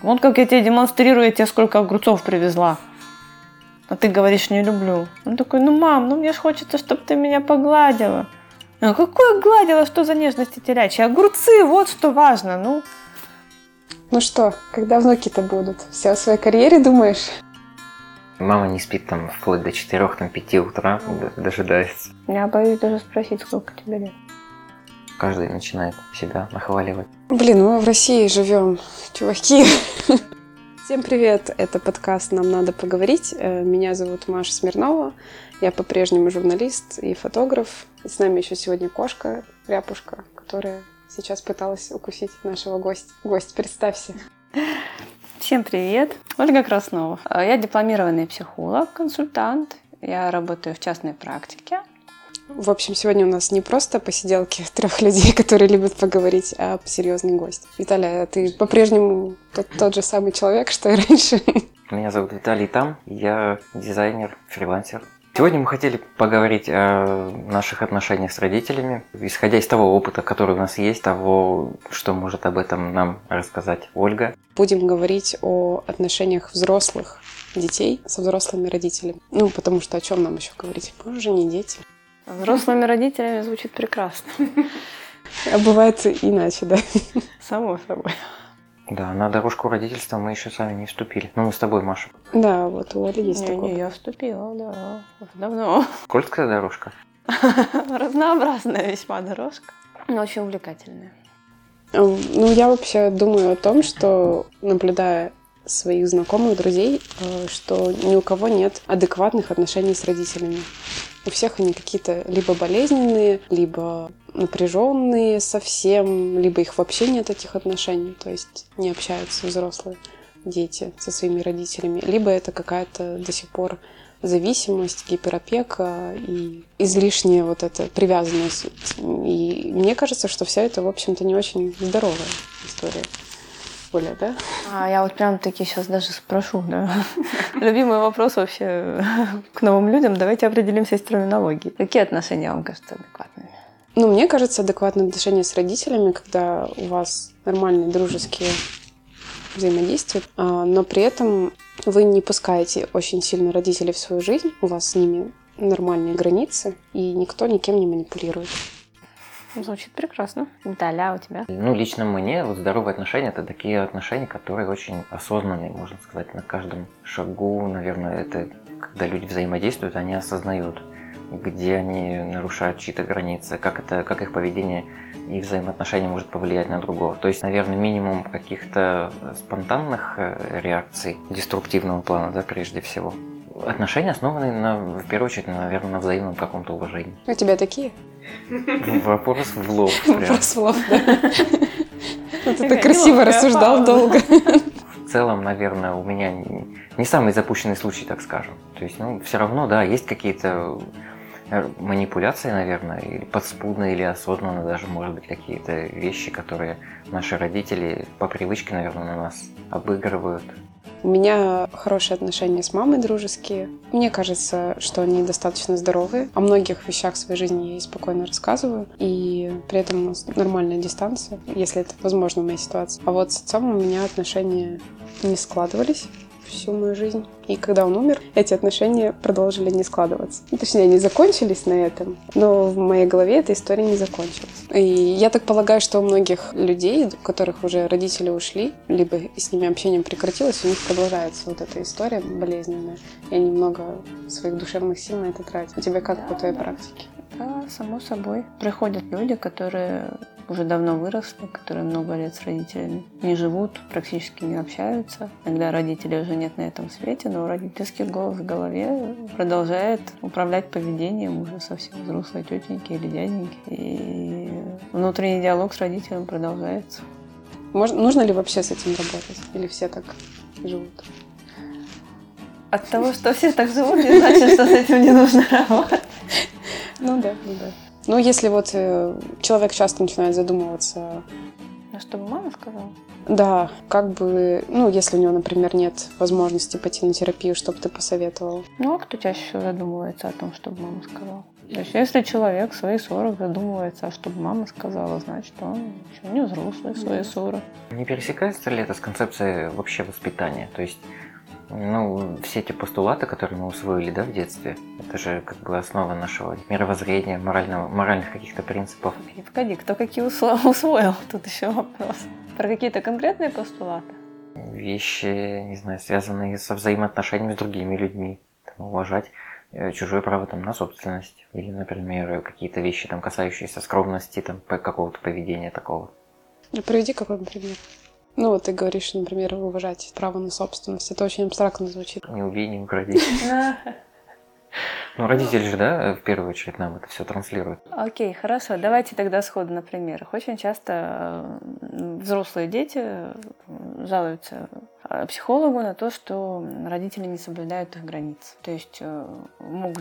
Вот как я тебе демонстрирую, я тебе сколько огурцов привезла. А ты говоришь, не люблю. Он такой, ну, мам, ну мне ж хочется, чтобы ты меня погладила. Ну, какое гладила, что за нежности телячьи? Огурцы, вот что важно, ну. Ну что, когда внуки-то будут? Все о своей карьере думаешь? Мама не спит там вплоть до 4-5 утра, дожидается. Я боюсь даже спросить, сколько тебе лет. Каждый начинает себя нахваливать. Блин, мы в России живем, чуваки. Всем привет, это подкаст «Нам надо поговорить». Меня зовут Маша Смирнова, я по-прежнему журналист и фотограф. И с нами еще сегодня кошка, Ряпушка, которая сейчас пыталась укусить нашего гостя. Гость, представься. Всем привет, Ольга Краснова. Я дипломированный психолог, консультант. Я работаю в частной практике. В общем, сегодня у нас не просто посиделки трех людей, которые любят поговорить, а серьезный гость. Виталий, а ты по-прежнему тот же самый человек, что и раньше? Меня зовут Виталий Там, я дизайнер, фрилансер. Сегодня мы хотели поговорить о наших отношениях с родителями, исходя из того опыта, который у нас есть, того, что может об этом нам рассказать Ольга. Будем говорить о отношениях взрослых детей со взрослыми родителями. Ну, потому что о чем нам еще говорить? Мы уже не дети. Взрослыми родителями звучит прекрасно. А бывает иначе, да? Само собой. Да, на дорожку родительства мы еще сами не вступили. Ну, мы с тобой, Маша. Да, вот у Оли есть такое. Не, я вступила, да, уже давно. Скользкая дорожка? Разнообразная весьма дорожка, но очень увлекательная. Ну, я вообще думаю о том, что, наблюдая своих знакомых, друзей, что ни у кого нет адекватных отношений с родителями. У всех они какие-то либо болезненные, либо напряженные совсем, либо их вообще нет, этих отношений, то есть не общаются взрослые дети со своими родителями, либо это какая-то до сих пор зависимость, гиперопека и излишняя вот эта привязанность. И мне кажется, что все это, в общем-то, не очень здоровая история. Оля, да? Я вот прям-таки сейчас даже спрошу, да. Любимый вопрос вообще к новым людям. Давайте определимся с терминологией. Какие отношения вам кажутся адекватными? Ну, мне кажется, адекватные отношения с родителями, когда у вас нормальные дружеские взаимодействия, но при этом вы не пускаете очень сильно родителей в свою жизнь, у вас с ними нормальные границы, и никто никем не манипулирует. Звучит прекрасно. Виталя, а у тебя? Ну, лично мне вот здоровые отношения – это такие отношения, которые очень осознанные, можно сказать, на каждом шагу. Наверное, это когда люди взаимодействуют, они осознают, где они нарушают чьи-то границы, как их поведение и взаимоотношения может повлиять на другого. То есть, наверное, минимум каких-то спонтанных реакций деструктивного плана, да, прежде всего. Отношения основаны, в первую очередь, наверное, на взаимном каком-то уважении. У тебя такие? Вопрос в лоб. Вопрос в лоб, да. Ты так красиво рассуждал долго. В целом, наверное, у меня не самый запущенный случай, так скажем. То есть, все равно, да, есть какие-то манипуляции, наверное, или подспудно, или осознанно даже, может быть, какие-то вещи, которые наши родители по привычке, наверное, на нас обыгрывают. У меня хорошие отношения с мамой, дружеские. Мне кажется, что они достаточно здоровые. О многих вещах в своей жизни я ей спокойно рассказываю. И при этом у нас нормальная дистанция, если это возможно в моей ситуации. А вот с отцом у меня отношения не складывались всю мою жизнь. И когда он умер, эти отношения продолжили не складываться. Точнее, они закончились на этом, но в моей голове эта история не закончилась. И я так полагаю, что у многих людей, у которых уже родители ушли, либо с ними общение прекратилось, у них продолжается вот эта история болезненная. И они много своих душевных сил на это тратят. У тебя как по твоей практике? Да, само собой. Приходят люди, которые уже давно выросли, которые много лет с родителями не живут, практически не общаются. Иногда родителей уже нет на этом свете, но родительский голос в голове продолжает управлять поведением уже совсем взрослой тетеньки или дяденьки. И внутренний диалог с родителем продолжается. Нужно ли вообще с этим работать? Или все так живут? От того, что все так живут, не значит, что с этим не нужно работать. Ну да. Ну, если вот человек часто начинает задумываться... А что бы мама сказала? Да, как бы, если у него, например, нет возможности пойти на терапию, что бы ты посоветовал? Ну, а кто чаще всего задумывается о том, что бы мама сказала? То есть если человек в свои 40 задумывается, а чтобы мама сказала, значит, он еще не взрослый в свои 40. Не пересекается ли это с концепцией вообще воспитания? То есть, все эти постулаты, которые мы усвоили, да, в детстве, это же как бы основа нашего мировоззрения, моральных каких-то принципов. Погоди, кто какие усвоил? Тут еще вопрос. Про какие-то конкретные постулаты? Вещи, не знаю, связанные со взаимоотношениями с другими людьми. Уважать чужое право на собственность. Или, например, какие-то вещи, касающиеся скромности, какого-то поведения такого. Приведи какой-нибудь пример. Ты говоришь, например, уважать право на собственность. Это очень абстрактно звучит. Не убей, не укради. Родители же, да, в первую очередь нам это все транслируют. Окей, хорошо. Давайте тогда сходу на примерах. Очень часто взрослые дети жалуются психологу на то, что родители не соблюдают их границ. То есть могут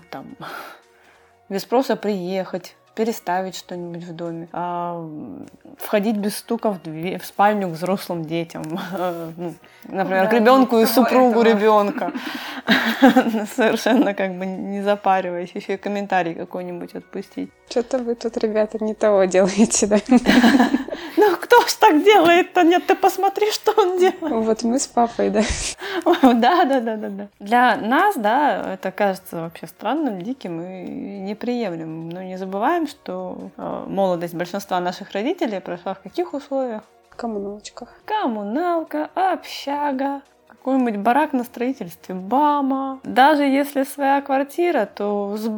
без спроса приехать, переставить что-нибудь в доме, входить без стука в спальню к взрослым детям, например, к ребенку и супругу ребенка, совершенно не запариваясь, еще и комментарий какой-нибудь отпустить. Что-то вы тут, ребята, не того делаете, да? Кто ж так делает-то? Нет, ты посмотри, что он делает. Вот мы с папой, да. Да. Для нас, да, это кажется вообще странным, диким и неприемлемым. Но не забываем, что молодость большинства наших родителей прошла в каких условиях? В коммуналочках. Коммуналка, общага, какой-нибудь барак на строительстве, БАМа. Даже если своя квартира, то с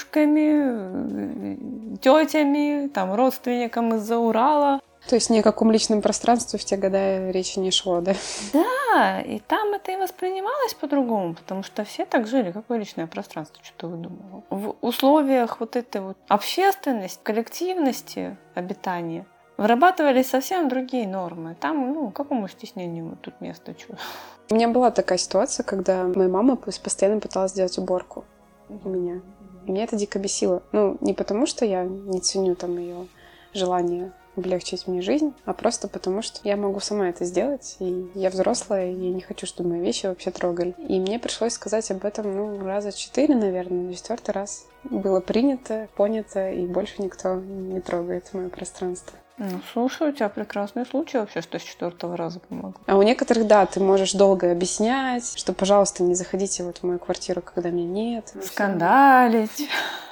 бабушками, тетями, родственникам из-за Урала. То есть ни о каком личном пространстве в те годы речи не шло, да? Да, и там это и воспринималось по-другому, потому что все так жили. Какое личное пространство, что ты выдумывал? В условиях этой общественности, коллективности обитания вырабатывались совсем другие нормы. Там, какому стеснению тут место чую? У меня была такая ситуация, когда моя мама постоянно пыталась сделать уборку у меня. И меня это дико бесило. Не потому, что я не ценю ее желание облегчить мне жизнь, а просто потому, что я могу сама это сделать, и я взрослая, и я не хочу, чтобы мои вещи вообще трогали. И мне пришлось сказать об этом, раза 4, наверное, на 4-й раз было принято, понято, и больше никто не трогает мое пространство. Слушай, у тебя прекрасный случай вообще, что с 4-го раза помогло. А у некоторых, да, ты можешь долго объяснять, что, пожалуйста, не заходите в мою квартиру, когда меня нет. Скандалить.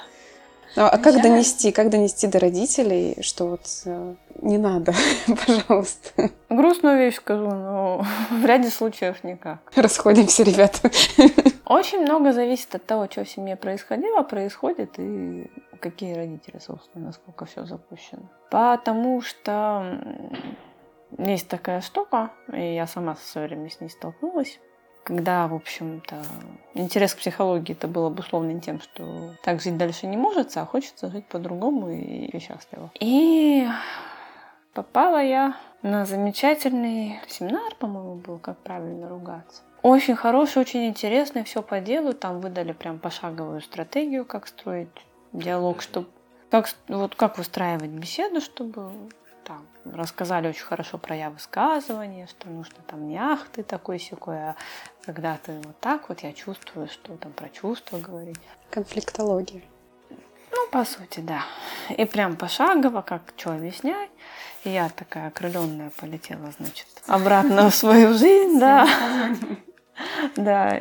А как донести до родителей, что не надо, пожалуйста? Грустную вещь скажу, но в ряде случаев никак. Расходимся, ребята. Очень много зависит от того, что в семье происходит, и какие родители, собственно, насколько все запущено. Потому что есть такая штука, и я сама в свое время с ней столкнулась, когда, в общем-то, интерес к психологии это был обусловлен тем, что так жить дальше не может, а хочется жить по-другому и счастливо. И попала я на замечательный семинар, по-моему, был, как правильно ругаться. Очень хороший, очень интересный, все по делу. Там выдали прям пошаговую стратегию, как строить диалог, как выстраивать беседу, чтобы рассказали очень хорошо про я-высказывание, что нужно не ах ты такой-сякой, а когда ты я чувствую, что про чувства говорить. Конфликтология. По сути, да. И прям пошагово, как что объяснять. И я такая окрыленная полетела, обратно в свою жизнь, да. Да,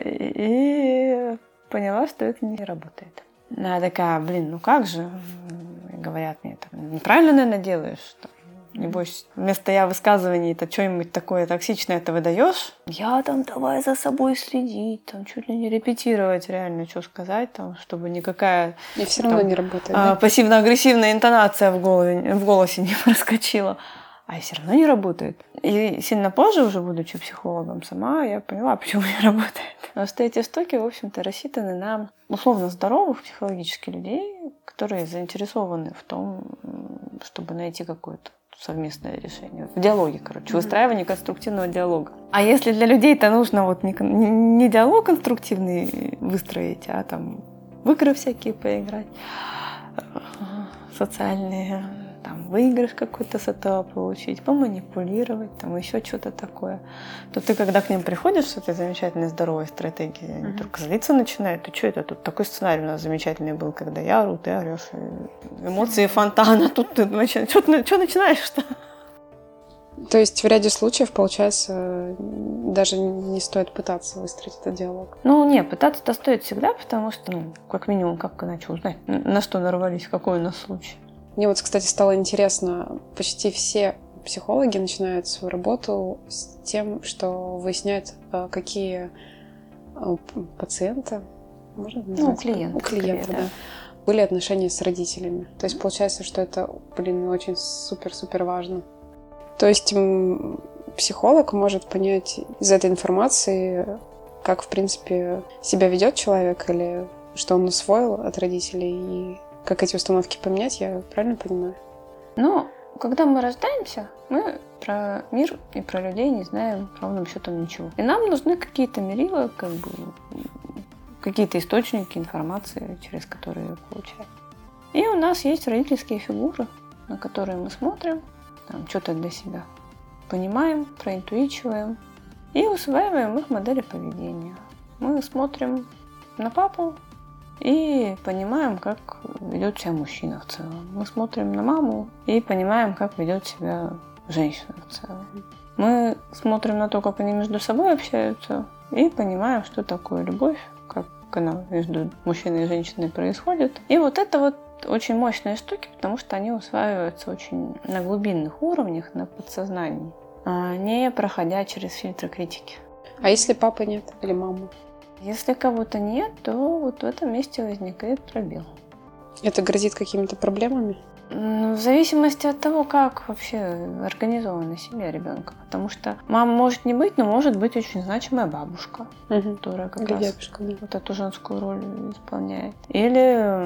и поняла, что это не работает. Я такая, как же, говорят мне, неправильно, наверное, делаешь. Небось, вместо я-высказываний это что-нибудь такое токсичное ты выдаешь. Я давай за собой следить, чуть ли не репетировать реально, что сказать, чтобы никакая... И все равно не работает, да? Пассивно-агрессивная интонация в голосе не проскочила. А все равно не работает. И сильно позже, уже будучи психологом сама, я поняла, почему не работает. Потому что эти штуки, в общем-то, рассчитаны на условно здоровых психологически людей, которые заинтересованы в том, чтобы найти какое-то совместное решение. В диалоге, выстраивание конструктивного диалога. А если для людей-то нужно не диалог конструктивный выстроить, а в игры всякие поиграть, социальные, выигрыш какой-то с этого получить, поманипулировать, там еще что-то такое, то ты, когда к ним приходишь с этой замечательной здоровой стратегией, они только злиться начинают. Ты что это тут? Такой сценарий у нас замечательный был, когда я ору, ты орешь, эмоции фонтана, тут ты что начинаешь-то? То есть в ряде случаев, получается, даже не стоит пытаться выстроить этот диалог? Ну, нет, пытаться-то стоит всегда, потому что, как минимум, как иначе узнать, на что нарвались, какой у нас случай. Мне вот, кстати, стало интересно, почти все психологи начинают свою работу с тем, что выясняют, какие пациенты, можно назвать? У клиента, да, были отношения с родителями. То есть получается, что это, очень супер-супер важно. То есть психолог может понять из этой информации, как, в принципе, себя ведет человек или что он усвоил от родителей и как эти установки поменять, я правильно понимаю? Ну, когда мы рождаемся, мы про мир и про людей не знаем ровным счетом ничего. И нам нужны какие-то мерила, какие-то источники информации, через которые ее получаем. И у нас есть родительские фигуры, на которые мы смотрим, там, что-то для себя понимаем, проинтуичиваем и усваиваем их модели поведения. Мы смотрим на папу и понимаем, как ведет себя мужчина в целом. Мы смотрим на маму и понимаем, как ведет себя женщина в целом. Мы смотрим на то, как они между собой общаются, и понимаем, что такое любовь, как она между мужчиной и женщиной происходит. И вот это вот очень мощные штуки, потому что они усваиваются очень на глубинных уровнях, на подсознании, не проходя через фильтры критики. А если папы нет или мамы? Если кого-то нет, то вот в этом месте возникает пробел. Это грозит какими-то проблемами? В зависимости от того, как вообще организована семья ребенка. Потому что мама может не быть, но может быть очень значимая бабушка, которая как раз дедушка, да, вот эту женскую роль исполняет. Или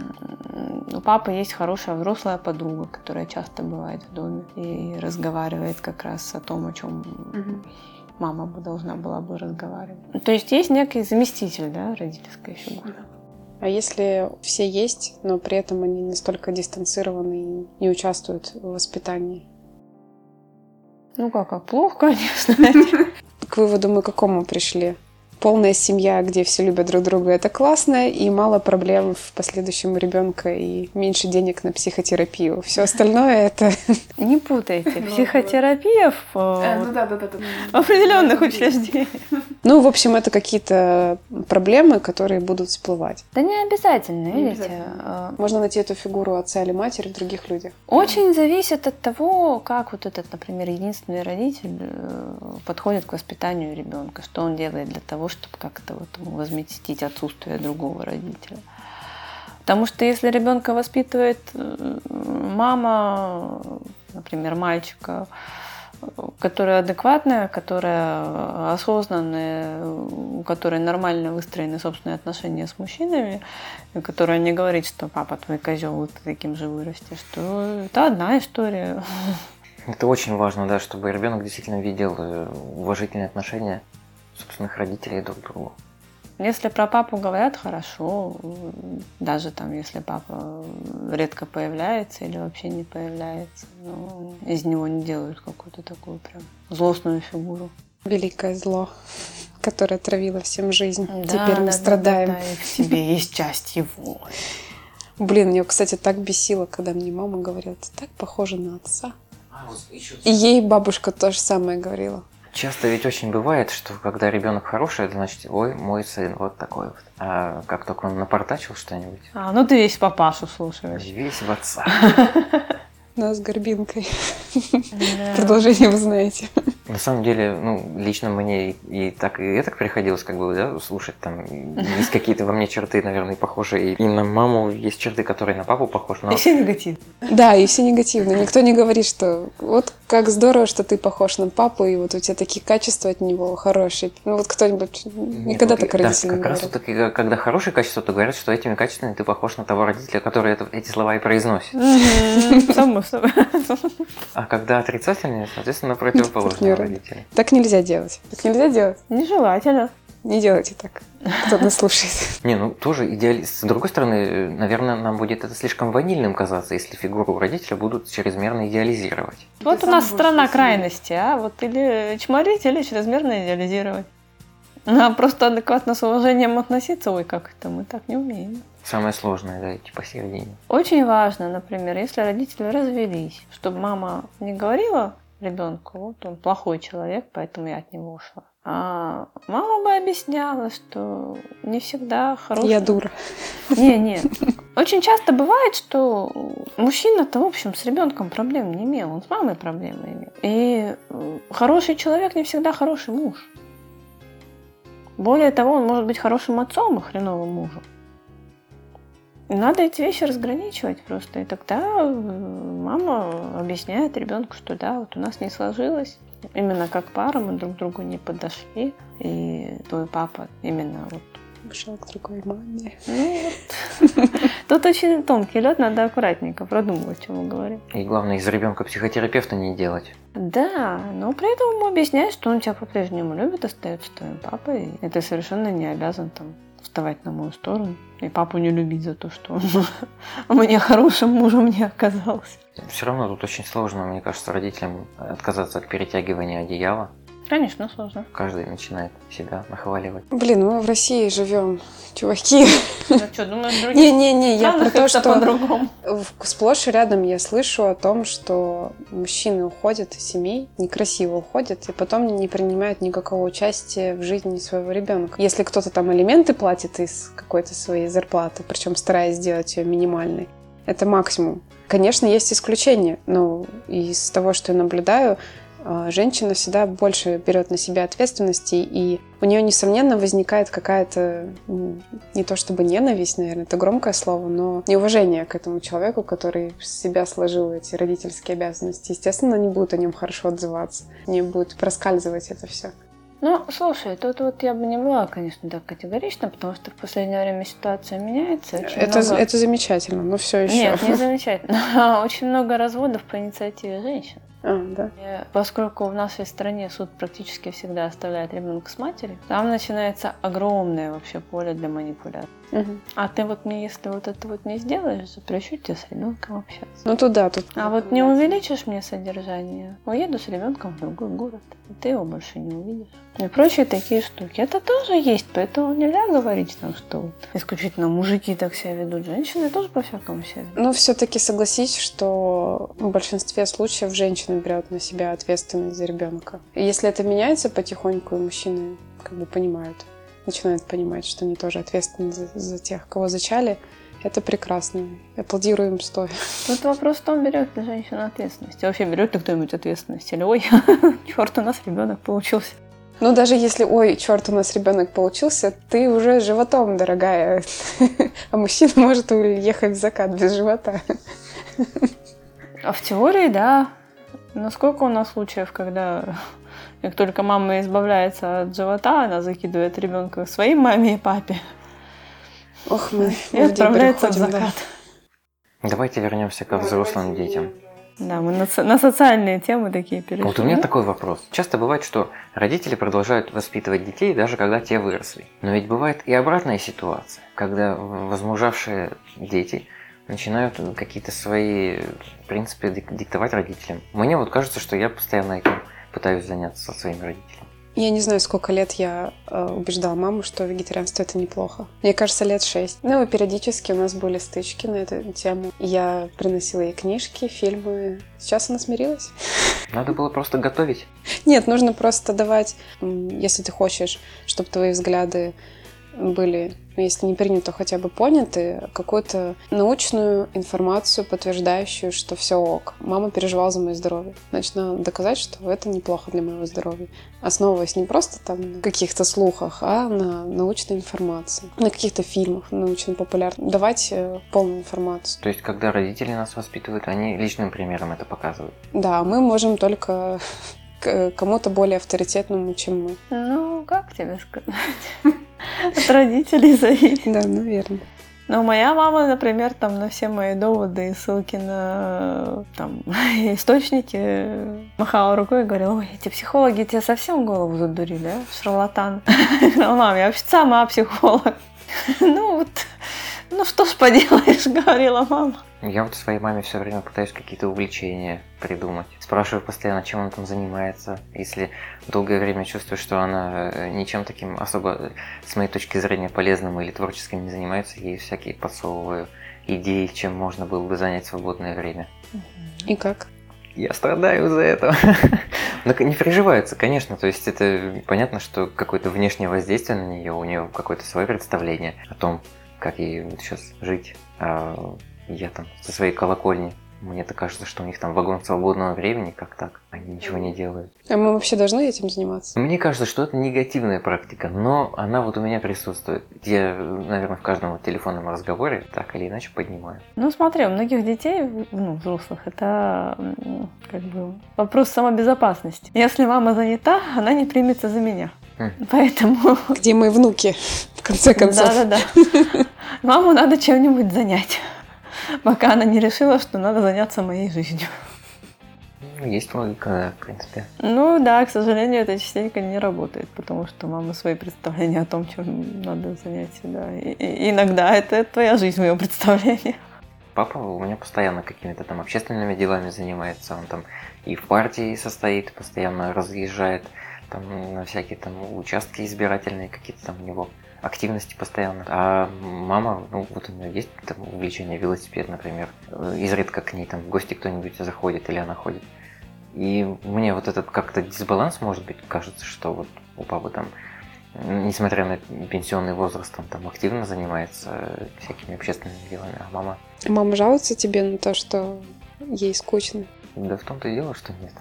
у папы есть хорошая взрослая подруга, которая часто бывает в доме и разговаривает как раз о том, о чем мама должна была бы разговаривать. То есть есть некий заместитель, да, родительской фигуры. А если все есть, но при этом они настолько дистанцированы и не участвуют в воспитании? Ну как плохо, конечно. К выводу мы к какому пришли? Полная семья, где все любят друг друга, это классно, и мало проблем в последующем у ребенка и меньше денег на психотерапию. Все остальное это... Не путайте. Психотерапия в определенных учреждениях. Ну, в общем, это какие-то проблемы, которые будут всплывать. Да не обязательно, видите. Можно найти эту фигуру отца или матери в других людях. Очень зависит от того, как вот этот, например, единственный родитель подходит к воспитанию ребенка, что он делает для того, чтобы как-то вот возместить отсутствие другого родителя. Потому что если ребенка воспитывает мама, например, мальчика, которая адекватная, которая осознанная, у которой нормально выстроены собственные отношения с мужчинами, которая не говорит, что папа твой козел, ты таким же вырастешь, то это одна история. Это очень важно, да, чтобы ребенок действительно видел уважительные отношения собственных родителей друг к другу. Если про папу говорят, хорошо, даже там, если папа редко появляется или вообще не появляется, но из него не делают какую-то такую прям злостную фигуру. Великое зло, которое травило всем жизнь. Да, теперь мы страдаем. Да, и в тебе есть часть его. Блин, меня, кстати, так бесило, когда мне мама говорила, ты так похожа на отца. И ей бабушка то же самое говорила. Часто ведь очень бывает, что когда ребенок хороший, это значит, ой, мой сын вот такой вот. А как только он напортачил что-нибудь... Ну ты весь папашу слушаешь. Весь в отца. Да, с горбинкой. Продолжение вы знаете. На самом деле, лично мне и так приходилось слушать. Там есть какие-то во мне черты, наверное, похожие. И на маму есть черты, которые на папу похожи. И все негативные. Да, и все негативные. Никто не говорит, что вот как здорово, что ты похож на папу, и вот у тебя такие качества от него хорошие. Вот кто-нибудь никогда так родители не говорят. Как раз таки, когда хорошие качества, то говорят, что этими качествами ты похож на того родителя, который эти слова и произносит. Само собой. А когда отрицательные, соответственно, противоположные родители. Так нельзя делать. Так нельзя делать. Нежелательно. Не делайте так, кто нас слушает. Не, ну тоже идеалист. С другой стороны, наверное, нам будет это слишком ванильным казаться, если фигуру родителя будут чрезмерно идеализировать. Вот у нас страна крайности, а? Вот или чморить, или чрезмерно идеализировать. А просто адекватно с уважением относиться, ой, как это, мы так не умеем. Самое сложное, да, идти посередине. Очень важно, например, если родители развелись, чтобы мама не говорила ребенку, вот он плохой человек, поэтому я от него ушла. А мама бы объясняла, что не всегда хороший. Я дура. Не. Очень часто бывает, что мужчина-то, в общем, с ребенком проблем не имел, он с мамой проблемы имел. И хороший человек не всегда хороший муж. Более того, он может быть хорошим отцом и хреновым мужем. И надо эти вещи разграничивать просто. И тогда мама объясняет ребенку, что да, вот у нас не сложилось. Именно как пара мы друг другу не подошли. И твой папа именно вот Пошел к другой маме. ну вот. Тут очень тонкий лед, надо аккуратненько продумывать, чему говорим. И главное, из ребенка психотерапевта не делать. Да, но при этом ему объясняет, что он тебя по-прежнему любит, остается твоим папой. И ты совершенно не обязан там вставать на мою сторону. И папу не любить за то, что он мне хорошим мужем не оказался. Все равно тут очень сложно, мне кажется, родителям отказаться от перетягивания одеяла. Конечно, сложно. Каждый начинает себя нахваливать. Блин, мы в России живем, чуваки. Ну что, думаешь, другие Не-не-не, я про то, что по-другому. сплошь и рядом я слышу о том, что мужчины уходят из семей, некрасиво уходят, и потом не принимают никакого участия в жизни своего ребенка. Если кто-то там алименты платит из какой-то своей зарплаты, причем стараясь сделать ее минимальной, это максимум. Конечно, есть исключения, но из того, что я наблюдаю, женщина всегда больше берет на себя ответственности, и у нее, несомненно, возникает какая-то, не то чтобы ненависть, наверное, это громкое слово, но неуважение к этому человеку, который с себя сложил эти родительские обязанности. Естественно, не будут о нем хорошо отзываться, не будет проскальзывать это все. Ну, слушай, тут вот я бы не была, конечно, так категорична, потому что в последнее время ситуация меняется. Это замечательно, но все еще. Нет, не замечательно. Очень много разводов по инициативе женщин. Да. И поскольку в нашей стране суд практически всегда оставляет ребенка с матерью, там начинается огромное вообще поле для манипуляций. Угу. А ты вот мне, если вот это вот не сделаешь, запрещу тебе с ребенком общаться. Ну тут. А вот не увеличишь мне содержание, уеду с ребенком в другой город, и ты его больше не увидишь. И прочие такие штуки. Это тоже есть, поэтому нельзя говорить, что вот исключительно мужики так себя ведут, женщины тоже по-всякому себя ведут. Но все-таки согласись, что в большинстве случаев женщина берет на себя ответственность за ребенка. И если это меняется потихоньку, и мужчины начинают понимать, что они тоже ответственны за тех, кого зачали, это прекрасно. Аплодируем стоя. Тут вопрос в том, берет ли женщина ответственность. Вообще берет ли кто-нибудь ответственность? Или ой, черт, у нас ребенок получился. Ну, даже если, ой, черт, у нас ребенок получился, ты уже животом, дорогая. А мужчина может уехать в закат без живота. А в теории, да. Насколько у нас случаев, когда как только мама избавляется от живота, она закидывает ребенка своей маме и папе. Ох, мы и отправляется в закат. Да. Давайте вернемся ко взрослым детям. Да, мы на социальные темы такие перешли. Вот у меня такой вопрос. Часто бывает, что родители продолжают воспитывать детей, даже когда те выросли. Но ведь бывает и обратная ситуация, когда возмужавшие дети начинают какие-то свои принципы диктовать родителям. Мне вот кажется, что я постоянно этим пытаюсь заняться со своими родителями. Я не знаю, сколько лет я убеждала маму, что вегетарианство – это неплохо. Мне кажется, лет 6. Ну, и периодически у нас были стычки на эту тему. Я приносила ей книжки, фильмы. Сейчас она смирилась. Надо было просто готовить. Нет, нужно просто давать, если ты хочешь, чтобы твои взгляды были, если не приняты, то хотя бы поняты, какую-то научную информацию, подтверждающую, что все ок. Мама переживала за мое здоровье. Значит, надо доказать, что это неплохо для моего здоровья. Основываясь не просто там на каких-то слухах, а на научной информации, на каких-то фильмах научно-популярных. Давать полную информацию. То есть, когда родители нас воспитывают, они личным примером это показывают. Да, мы можем только кому-то более авторитетному, чем мы. Ну, как тебе сказать? От родителей зависит. Да, наверное. Но моя мама, например, там на все мои доводы и ссылки на там, источники махала рукой и говорила: ой, эти психологи тебе совсем голову задурили, а? Шарлатан. Я говорила: мам, я вообще сама психолог. Ну вот, ну что ж поделаешь, говорила мама. Я вот своей маме все время пытаюсь какие-то увлечения придумать. Спрашиваю постоянно, чем она там занимается. Если долгое время чувствую, что она ничем таким особо, с моей точки зрения, полезным или творческим не занимается, ей всякие подсовываю идеи, чем можно было бы занять свободное время. И как? Я страдаю из-за этого. Но не приживается, конечно. То есть это понятно, что какое-то внешнее воздействие на нее, у нее какое-то свое представление о том, как ей сейчас жить. Я там со своей колокольни, мне-то кажется, что у них там вагон свободного времени, как так, они ничего не делают. А мы вообще должны этим заниматься? Мне кажется, что это негативная практика, но она вот у меня присутствует. Я, наверное, в каждом телефонном разговоре так или иначе поднимаю. Ну смотри, у многих детей, ну, взрослых, это как бы вопрос самобезопасности. Если мама занята, она не примется за меня. Поэтому... Где мои внуки, в конце концов? Да-да-да. Маму надо чем-нибудь занять, пока она не решила, что надо заняться моей жизнью. Есть логика, да, в принципе. Ну да, к сожалению, это частенько не работает, потому что мама свои представления о том, чем надо занять себя. И иногда это твоя жизнь в ее представлении. Папа у меня постоянно какими-то там общественными делами занимается, он там и в партии состоит, постоянно разъезжает там на всякие там участки избирательные, какие-то там у него активности постоянно. А мама, ну вот у нее есть там увлечение велосипед, например, изредка к ней там в гости кто-нибудь заходит или она ходит. И мне вот этот как-то дисбаланс, может быть, кажется, что вот у папы там, несмотря на пенсионный возраст, он там активно занимается всякими общественными делами, а мама... Мама жалуется тебе на то, что ей скучно? Да в том-то и дело, что нет.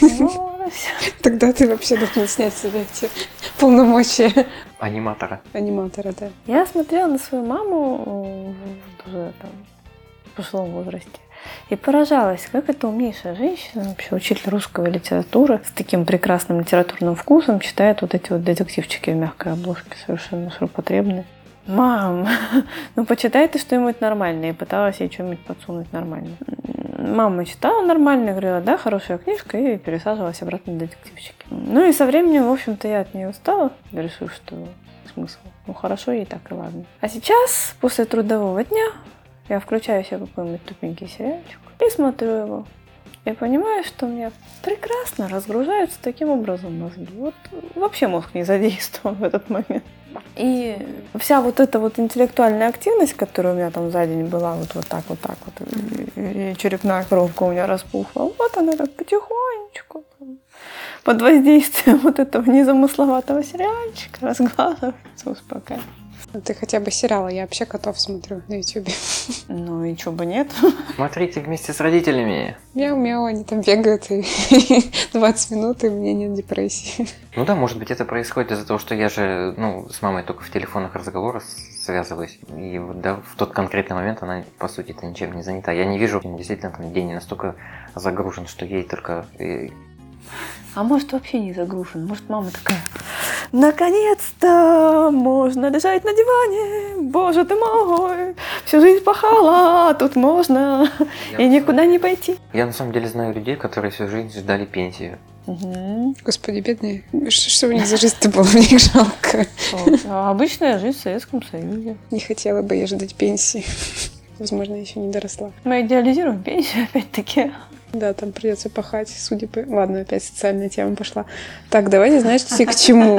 Тогда ты вообще должен снять с себя эти полномочия Аниматора. Аниматора, да. Я смотрела на свою маму уже там в пожилом возрасте и поражалась, как эта умнейшая женщина, вообще учитель русской литературы с таким прекрасным литературным вкусом читает вот эти вот детективчики в мягкой обложке, совершенно ширпотребные. Мам, ну почитай ты что-нибудь нормальное. И пыталась ей что-нибудь подсунуть нормальное. Мама читала нормально, говорила: да, хорошая книжка, и пересаживалась обратно в детективчики. Ну и со временем, в общем-то, я от нее устала, решив, что смысл. Ну хорошо, ей так и ладно. А сейчас, после трудового дня, я включаю себе какой-нибудь тупенький сериальчик и смотрю его. Я понимаю, что у меня прекрасно разгружаются таким образом мозги. Вот вообще мозг не задействован в этот момент. И вся вот эта вот интеллектуальная активность, которая у меня там за день была, вот так вот, и черепная коробка у меня распухла, вот она так потихонечку под воздействием вот этого незамысловатого сериальчика разглаживается, успокаивается. Ты хотя бы сериалы, я вообще котов смотрю на ютубе. Ну и чё бы нет. Смотрите вместе с родителями. Мяу-мяу, они там бегают, и 20 минут, и у меня нет депрессии. Ну да, может быть, это происходит из-за того, что я же, ну, с мамой только в телефонных разговорах связываюсь. И вот, да, в тот конкретный момент она, по сути-то, ничем не занята. Я не вижу, действительно, там день настолько загружен, что ей только... А может, вообще не загружен. Может, мама такая: наконец-то можно лежать на диване, боже ты мой, всю жизнь пахала, а тут можно и никуда не пойти. Я на самом деле знаю людей, которые всю жизнь ждали пенсию. Угу. Господи, бедные, что у них за жизнь-то было, мне их жалко. Обычная жизнь в Советском Союзе. Не хотела бы я ждать пенсии. Возможно, еще не доросла. Мы идеализируем пенсию, опять-таки. Да, там придется пахать, судя по... Ладно, опять социальная тема пошла. Так, давайте, знаете, к чему?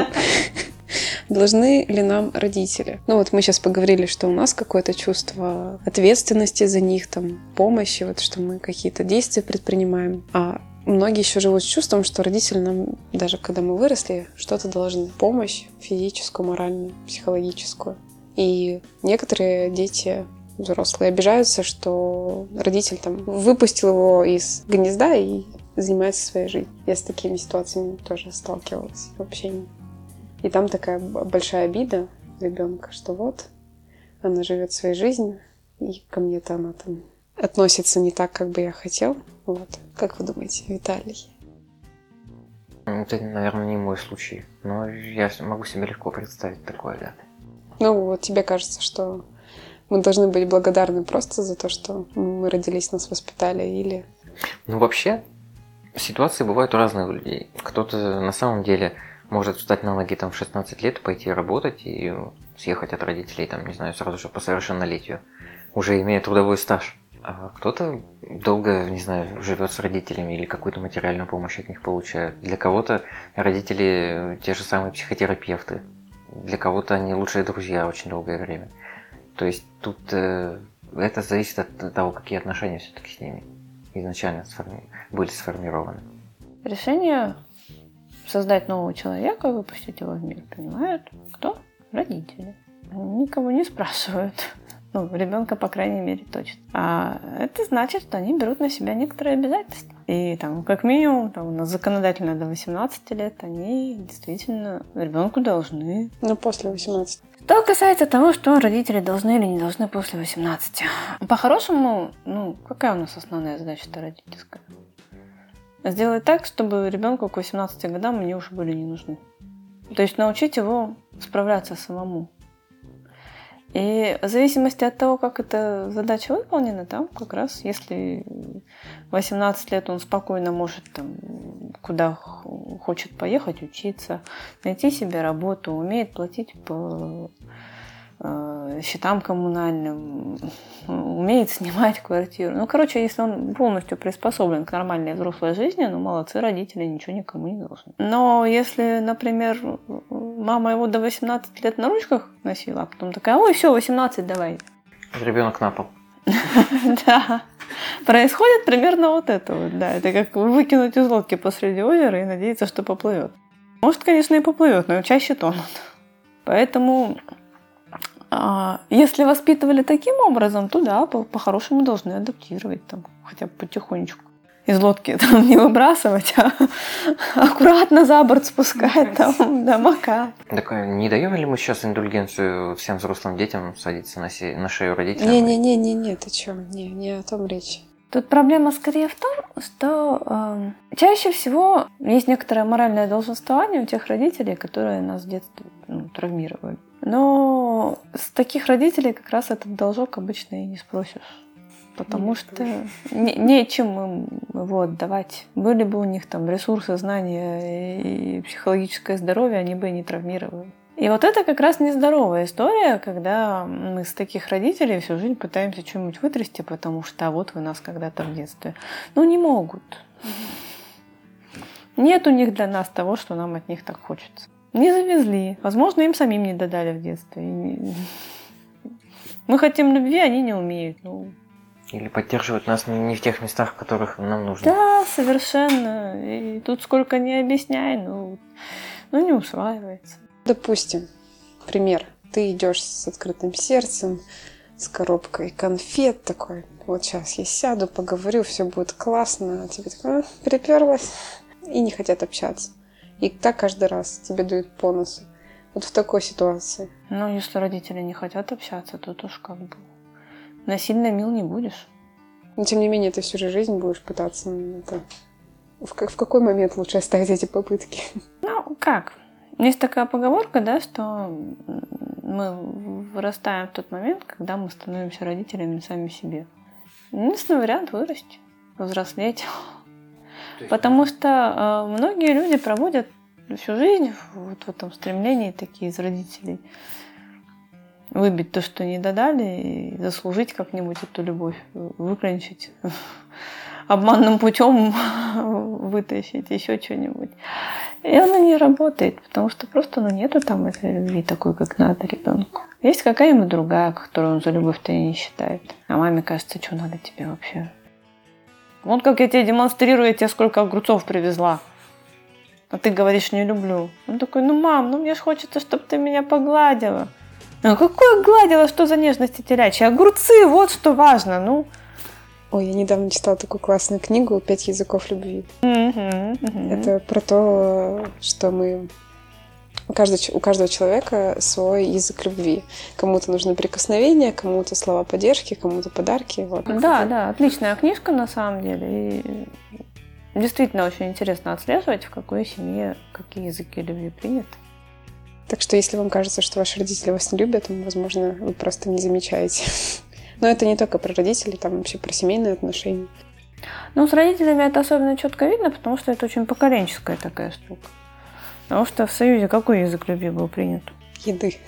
Должны ли нам родители? Ну вот мы сейчас поговорили, что у нас какое-то чувство ответственности за них, там, помощи, вот что мы какие-то действия предпринимаем. А многие еще живут с чувством, что родители нам, даже когда мы выросли, что-то должны. Помощь физическую, моральную, психологическую. И некоторые дети... взрослые обижаются, что родитель там выпустил его из гнезда и занимается своей жизнью. Я с такими ситуациями тоже сталкивалась в общении. И там такая большая обида ребенка, что вот она живет своей жизнью, и ко мне-то она там относится не так, как бы я хотел. Вот. Как вы думаете, Виталий? Это, наверное, не мой случай, но я могу себе легко представить такое, да. Ну вот тебе кажется, что Мы должны быть благодарны просто за то, что мы родились, нас воспитали, или... Ну, вообще, ситуации бывают разные у людей. Кто-то на самом деле может встать на ноги там в 16 лет, пойти работать и съехать от родителей, там, не знаю, сразу же по совершеннолетию, уже имея трудовой стаж. А кто-то долго, не знаю, живет с родителями или какую-то материальную помощь от них получает. Для кого-то родители те же самые психотерапевты. Для кого-то они лучшие друзья очень долгое время. То есть тут это зависит от того, какие отношения все-таки с ними изначально были сформированы. Решение создать нового человека, выпустить его в мир, принимают кто? Родители. Они никого не спрашивают. Ну, ребенка, по крайней мере, точно. А это значит, что они берут на себя некоторые обязательства. И там, как минимум, там, у нас законодательно до 18 лет, они действительно ребенку должны. Но после 18. Что касается того, что родители должны или не должны после 18. По-хорошему, какая у нас основная задача-то родительская? Сделать так, чтобы ребенку к 18 годам они уже были не нужны. То есть научить его справляться самому. И в зависимости от того, как эта задача выполнена, там как раз, если 18 лет он спокойно может там, куда хочет поехать, учиться, найти себе работу, умеет платить по счетам коммунальным, умеет снимать квартиру. Если он полностью приспособлен к нормальной взрослой жизни, молодцы родители, ничего никому не должны. Но если, например, мама его до 18 лет на ручках носила, а потом такая: ой, все, 18, давай. Ребенок на пол. Да. Происходит примерно вот это вот, да. Это как выкинуть из лодки посреди озера и надеяться, что поплывет. Может, конечно, и поплывет, но чаще тонут. Поэтому если воспитывали таким образом, то да, по-хорошему должны адаптировать, там, хотя бы потихонечку. Из лодки там не выбрасывать, а аккуратно за борт спускать, там, да, макать. Так не даем ли мы сейчас индульгенцию всем взрослым детям садиться на шею родителям? Не, ты чё? Не о том речь. Тут проблема скорее в том, что чаще всего есть некоторое моральное долженствование у тех родителей, которые нас в детстве травмировали. Но с таких родителей как раз этот должок обычно и не спросишь. Потому что нечем им его отдавать. Были бы у них там ресурсы, знания и психологическое здоровье, они бы и не травмировали. И вот это как раз нездоровая история, когда мы с таких родителей всю жизнь пытаемся что-нибудь вытрясти, потому что вот вы нас когда-то в детстве. Не могут. Нет у них для нас того, что нам от них так хочется. Не завезли. Возможно, им самим не додали в детстве. Мы хотим любви, они не умеют. Или поддерживают нас не в тех местах, в которых нам нужно. Да, совершенно. И тут сколько не объясняй, не усваивается. Допустим, пример. Ты идешь с открытым сердцем, с коробкой конфет такой. Вот сейчас я сяду, поговорю, все будет классно. А тебе такое, приперлась. И не хотят общаться. И так каждый раз тебе дают по носу. Вот в такой ситуации. Если родители не хотят общаться, то уж как бы насильно мил не будешь. Но тем не менее, ты всю же жизнь будешь пытаться это... В какой момент лучше оставить эти попытки? Как? Есть такая поговорка, да, что мы вырастаем в тот момент, когда мы становимся родителями сами себе. Единственный вариант — вырасти, взрослеть. Потому что многие люди проводят всю жизнь вот в этом стремлении такие из родителей выбить то, что не додали, и заслужить как-нибудь эту любовь, выклянчить, обманным путем вытащить, еще что-нибудь. И оно не работает, потому что просто нету там этой любви такой, как надо ребенку. Есть какая-нибудь другая, которую он за любовь-то и не считает. А маме кажется, что надо тебе вообще. Вот как я тебе демонстрирую, я тебе сколько огурцов привезла. А ты говоришь, не люблю. Он такой, мам, мне ж хочется, чтобы ты меня погладила. Какое гладила, что за нежности телячьи? Огурцы, вот что важно, Ой, я недавно читала такую классную книгу «5 языков любви». Это про то, что у каждого человека свой язык любви. Кому-то нужны прикосновения, кому-то слова поддержки, кому-то подарки. Вот. Да, отличная книжка на самом деле. И действительно очень интересно отслеживать, в какой семье какие языки любви приняты. Так что если вам кажется, что ваши родители вас не любят, возможно, вы просто не замечаете. Но это не только про родителей, там вообще про семейные отношения. Ну, с родителями это особенно четко видно, потому что это очень поколенческая такая штука. Потому что в Союзе какой язык любви был принят? Еды.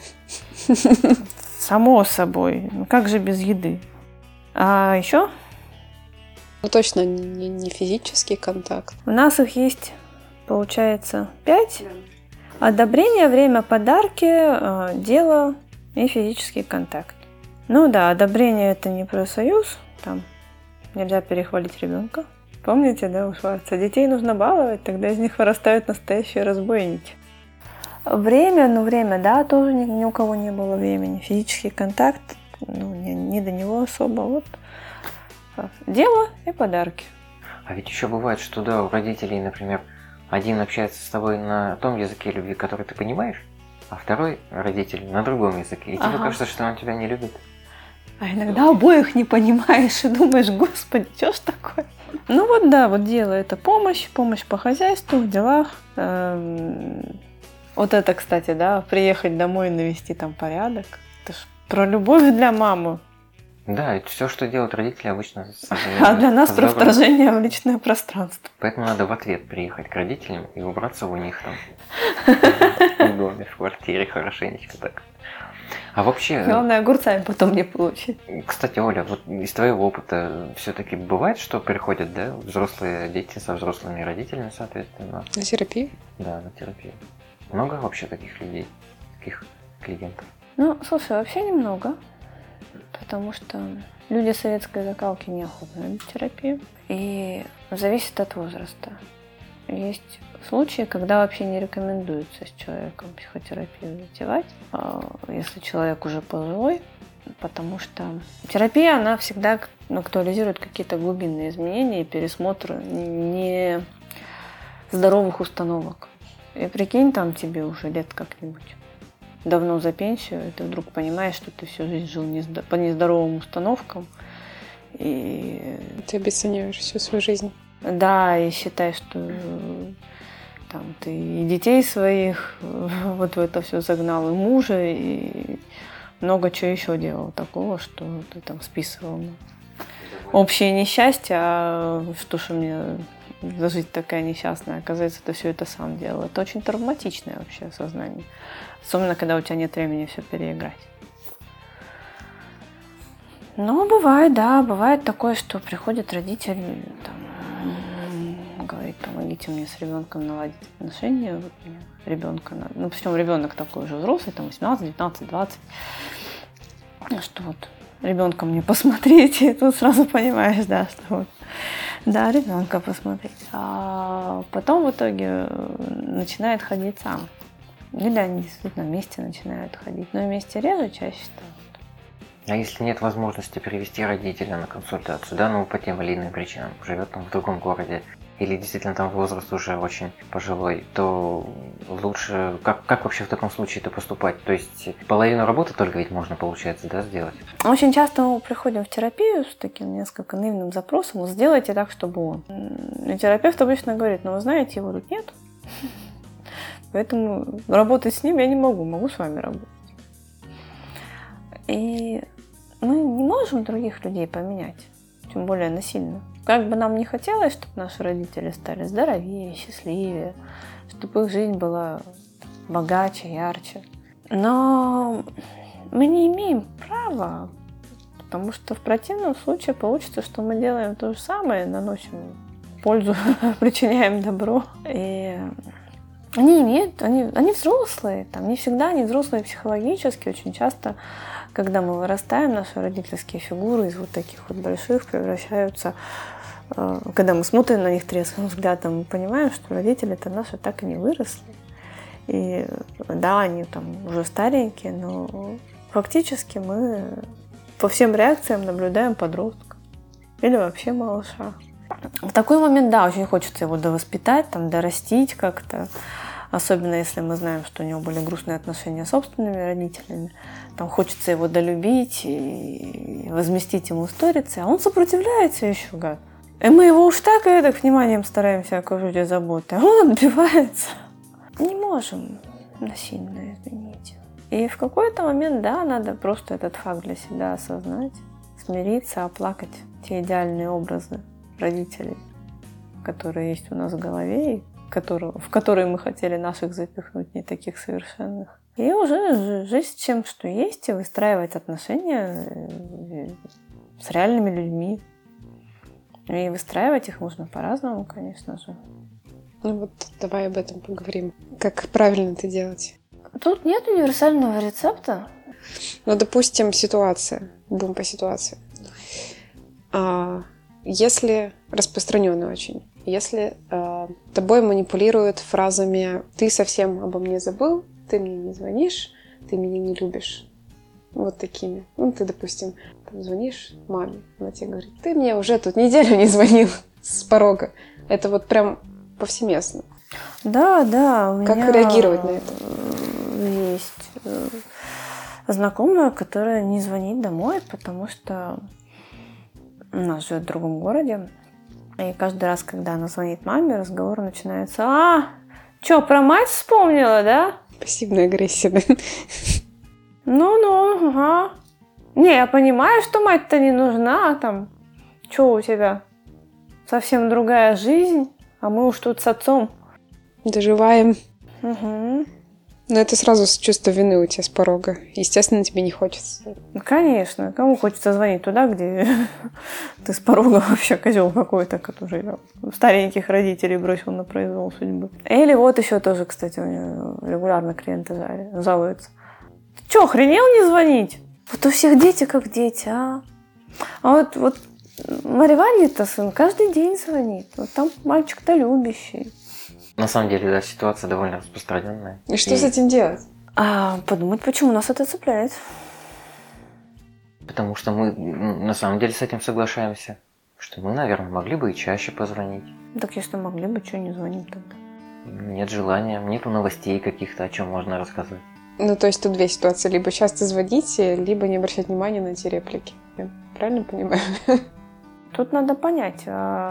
Само собой. Ну, как же без еды? А еще? Ну, точно не физический контакт. У нас их есть, получается, 5. Одобрение, время, подарки, дело и физический контакт. Ну да, одобрение это не про союз, там нельзя перехвалить ребенка. Помните, да, у Шварца? Детей нужно баловать, тогда из них вырастают настоящие разбойники. Время, да, тоже ни у кого не было времени. Физический контакт, ну, не до него особо. Вот. Дело и подарки. А ведь еще бывает, что да, у родителей, например, один общается с тобой на том языке любви, который ты понимаешь, а второй родитель на другом языке. И тебе кажется, что он тебя не любит. А иногда обоих не понимаешь и думаешь, господи, что ж такое? Ну вот да, вот дело это помощь по хозяйству, в делах. Вот это, кстати, да, приехать домой и навести там порядок. Это ж про любовь для мамы. Да, это все, что делают родители обычно. А для нас про вторжение в личное пространство. Поэтому надо в ответ приехать к родителям и убраться у них там в доме, в квартире хорошенечко так. А вообще... Главное, огурцами потом не получить. Кстати, Оля, вот из твоего опыта все-таки бывает, что приходят, да, взрослые дети со взрослыми родителями, соответственно? На терапию? Да, на терапию. Много вообще таких людей, таких клиентов? Ну, слушай, вообще немного. Потому что люди советской закалки неохотно идут в терапию. И зависит от возраста. Есть случаи, когда вообще не рекомендуется с человеком психотерапию затевать, если человек уже пожилой, потому что терапия, она всегда актуализирует какие-то глубинные изменения и пересмотр нездоровых установок. И прикинь, там тебе уже лет как-нибудь давно за пенсию, и ты вдруг понимаешь, что ты всю жизнь жил по нездоровым установкам. И ты обесцениваешь всю свою жизнь. Да, и считай, что там ты и детей своих вот в это все загнал, и мужа, и много чего еще делал такого, что ты там списывал на общее несчастье, а что ж у меня за жизнь такая несчастная, оказывается, ты все это сам делал. Это очень травматичное вообще сознание. Особенно, когда у тебя нет времени все переиграть. Но бывает, да, бывает такое, что приходят родители, там, говорит, помогите мне с ребенком наладить отношения. Вот мне ребенка надо. Ну, причем ребенок такой уже взрослый, там 18, 19, 20. Что вот ребенка мне посмотреть, и тут сразу понимаешь, да, что вот. Да, ребенка посмотреть. А потом в итоге начинает ходить сам. Или они действительно вместе начинают ходить. Но вместе реже чаще ставят. А если нет возможности перевести родителя на консультацию, да, ну по тем или иным причинам, живет там в другом городе, или действительно там возраст уже очень пожилой, то лучше, как вообще в таком случае-то поступать? То есть половину работы только ведь можно, получается, да, сделать? Очень часто мы приходим в терапию с таким несколько наивным запросом: сделайте так, чтобы он. И терапевт обычно говорит: ну вы знаете, его тут нет, поэтому работать с ним я не могу с вами работать. И мы не можем других людей поменять, тем более насильно. Как бы нам не хотелось, чтобы наши родители стали здоровее, счастливее, чтобы их жизнь была богаче, ярче. Но мы не имеем права, потому что в противном случае получится, что мы делаем то же самое, наносим пользу, причиняем добро. И они взрослые, там не всегда они взрослые психологически, очень часто, когда мы вырастаем, наши родительские фигуры из вот таких вот больших превращаются, когда мы смотрим на них трезвым взглядом, мы понимаем, что родители-то наши так и не выросли. И да, они там уже старенькие, но фактически мы по всем реакциям наблюдаем подростка или вообще малыша. В такой момент, да, очень хочется его довоспитать, там, дорастить как-то. Особенно если мы знаем, что у него были грустные отношения с собственными родителями. Там хочется его долюбить и возместить ему сторицы, а он сопротивляется еще, гад. И мы его уж так и так вниманием стараемся окружить и заботой, а он отбивается. Не можем насильно изменить. И в какой-то момент, да, надо просто этот факт для себя осознать, смириться, оплакать те идеальные образы родителей, которые есть у нас в голове, и в которые мы хотели наших запихнуть, не таких совершенных. И уже жить с чем, что есть, и выстраивать отношения с реальными людьми. И выстраивать их нужно по-разному, конечно же. Ну вот давай об этом поговорим. Как правильно это делать? Тут нет универсального рецепта. Ну, допустим, ситуация. Будем по ситуации. Если распространенный очень, если тобой манипулируют фразами «ты совсем обо мне забыл», «ты мне не звонишь», «ты меня не любишь», вот такими. Ну, ты, допустим, там звонишь маме, она тебе говорит «ты мне уже тут неделю не звонил с порога». Это вот прям повсеместно. Да, у меня... Как реагировать на это? Есть знакомая, которая не звонит домой, потому что она живет в другом городе. И каждый раз, когда она звонит маме, разговор начинается: чё, про мать вспомнила, да? Пассивная агрессия, да? Ну, ага. Не, я понимаю, что мать-то не нужна, там, чё у тебя? Совсем другая жизнь, а мы уж тут с отцом. Доживаем. Угу. Но это сразу чувство вины у тебя с порога. Естественно, тебе не хочется. Конечно. Кому хочется звонить туда, где ты с порога вообще козел какой-то, который стареньких родителей бросил на произвол судьбы. Или вот еще тоже, кстати, у меня регулярно клиенты жалуются. Ты что, охренел не звонить? Вот у всех дети как дети, а? А вот Марья Ваня-то сын каждый день звонит. Вот там мальчик-то любящий. На самом деле, да, ситуация довольно распространенная. И что с этим делать? Подумать, почему нас это цепляет. Потому что мы на самом деле с этим соглашаемся. Что мы, наверное, могли бы и чаще позвонить. Так если могли бы, что не звоним тогда? Нет желания, нету новостей каких-то, о чем можно рассказывать. Ну, то есть тут две ситуации. Либо часто звонить, либо не обращать внимания на эти реплики. Я правильно понимаю? Тут надо понять,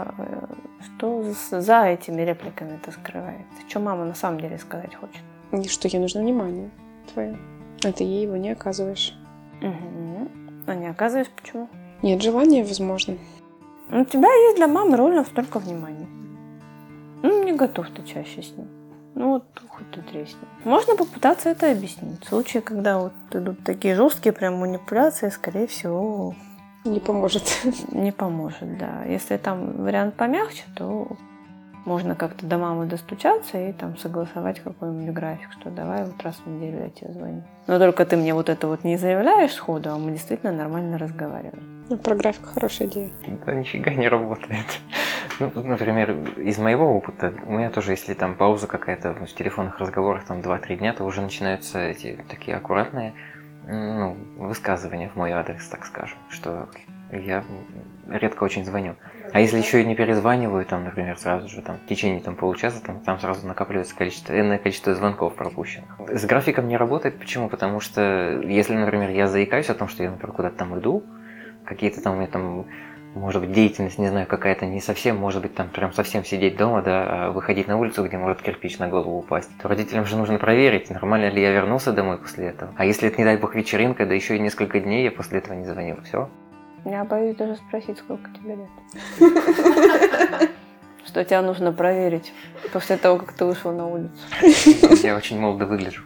что за этими репликами-то скрывается. Что мама на самом деле сказать хочет. И что ей нужно внимание твое. А ты ей его не оказываешь. Угу. А не оказываешь почему? Нет желания, возможно. У тебя есть для мамы ровно столько внимания. Не готов ты чаще с ней. Вот хоть ты тресни. Можно попытаться это объяснить. В случае, когда вот идут такие жесткие прям манипуляции, скорее всего... Не поможет. Не поможет, да. Если там вариант помягче, то можно как-то до мамы достучаться и там согласовать какой-нибудь график, что давай вот раз в неделю я тебе звоню. Но только ты мне вот это вот не заявляешь сходу, а мы действительно нормально разговариваем. Ну, про график хорошая идея. Да нифига не работает. Ну, например, из моего опыта, у меня тоже, если там пауза какая-то в телефонных разговорах, там 2-3 дня, то уже начинаются эти такие аккуратные высказывания в мой адрес, так скажем, что я редко очень звоню. А если еще и не перезваниваю, там, например, сразу же, там, в течение получаса, там сразу накапливается энное количество звонков пропущенных. С графиком не работает. Почему? Потому что, если, например, я заикаюсь о том, что я, например, куда-то там иду, какие-то там у меня там, может быть, деятельность, не знаю, какая-то не совсем, может быть, там прям совсем сидеть дома, да, а выходить на улицу, где может кирпич на голову упасть, то родителям же нужно проверить, нормально ли я вернулся домой после этого. А если это, не дай бог, вечеринка, да еще и несколько дней я после этого не звонил, все. Я боюсь даже спросить, сколько тебе лет. Что тебя нужно проверить после того, как ты вышел на улицу. Я очень молодо выгляжу.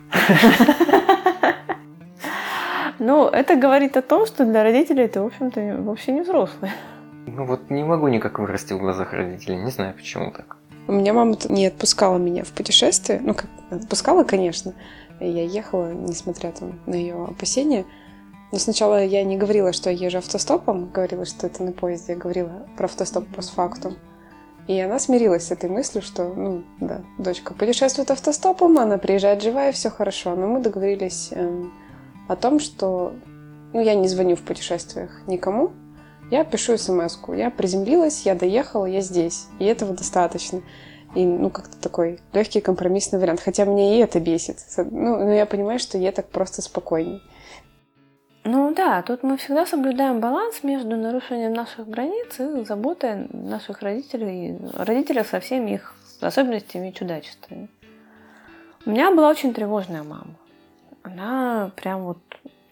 Ну, это говорит о том, что для родителей ты, в общем-то, вообще не взрослый. Ну вот не могу никак вырасти в глазах родителей, не знаю, почему так. У меня мама не отпускала меня в путешествие. Ну, как отпускала, конечно. Я ехала, несмотря там на ее опасения. Но сначала я не говорила, что я езжу автостопом, говорила, что это на поезде, я говорила про автостоп постфактум. И она смирилась с этой мыслью, что, дочка путешествует автостопом, она приезжает живая, все хорошо. Но мы договорились о том, что, я не звоню в путешествиях никому, я пишу смс-ку, я приземлилась, я доехала, я здесь, и этого достаточно. И, как-то такой легкий компромиссный вариант, хотя мне и это бесит. Но я понимаю, что ей так просто спокойней. Ну да, тут мы всегда соблюдаем баланс между нарушением наших границ и заботой наших родителей со всеми их особенностями и чудачествами. У меня была очень тревожная мама. Она прям вот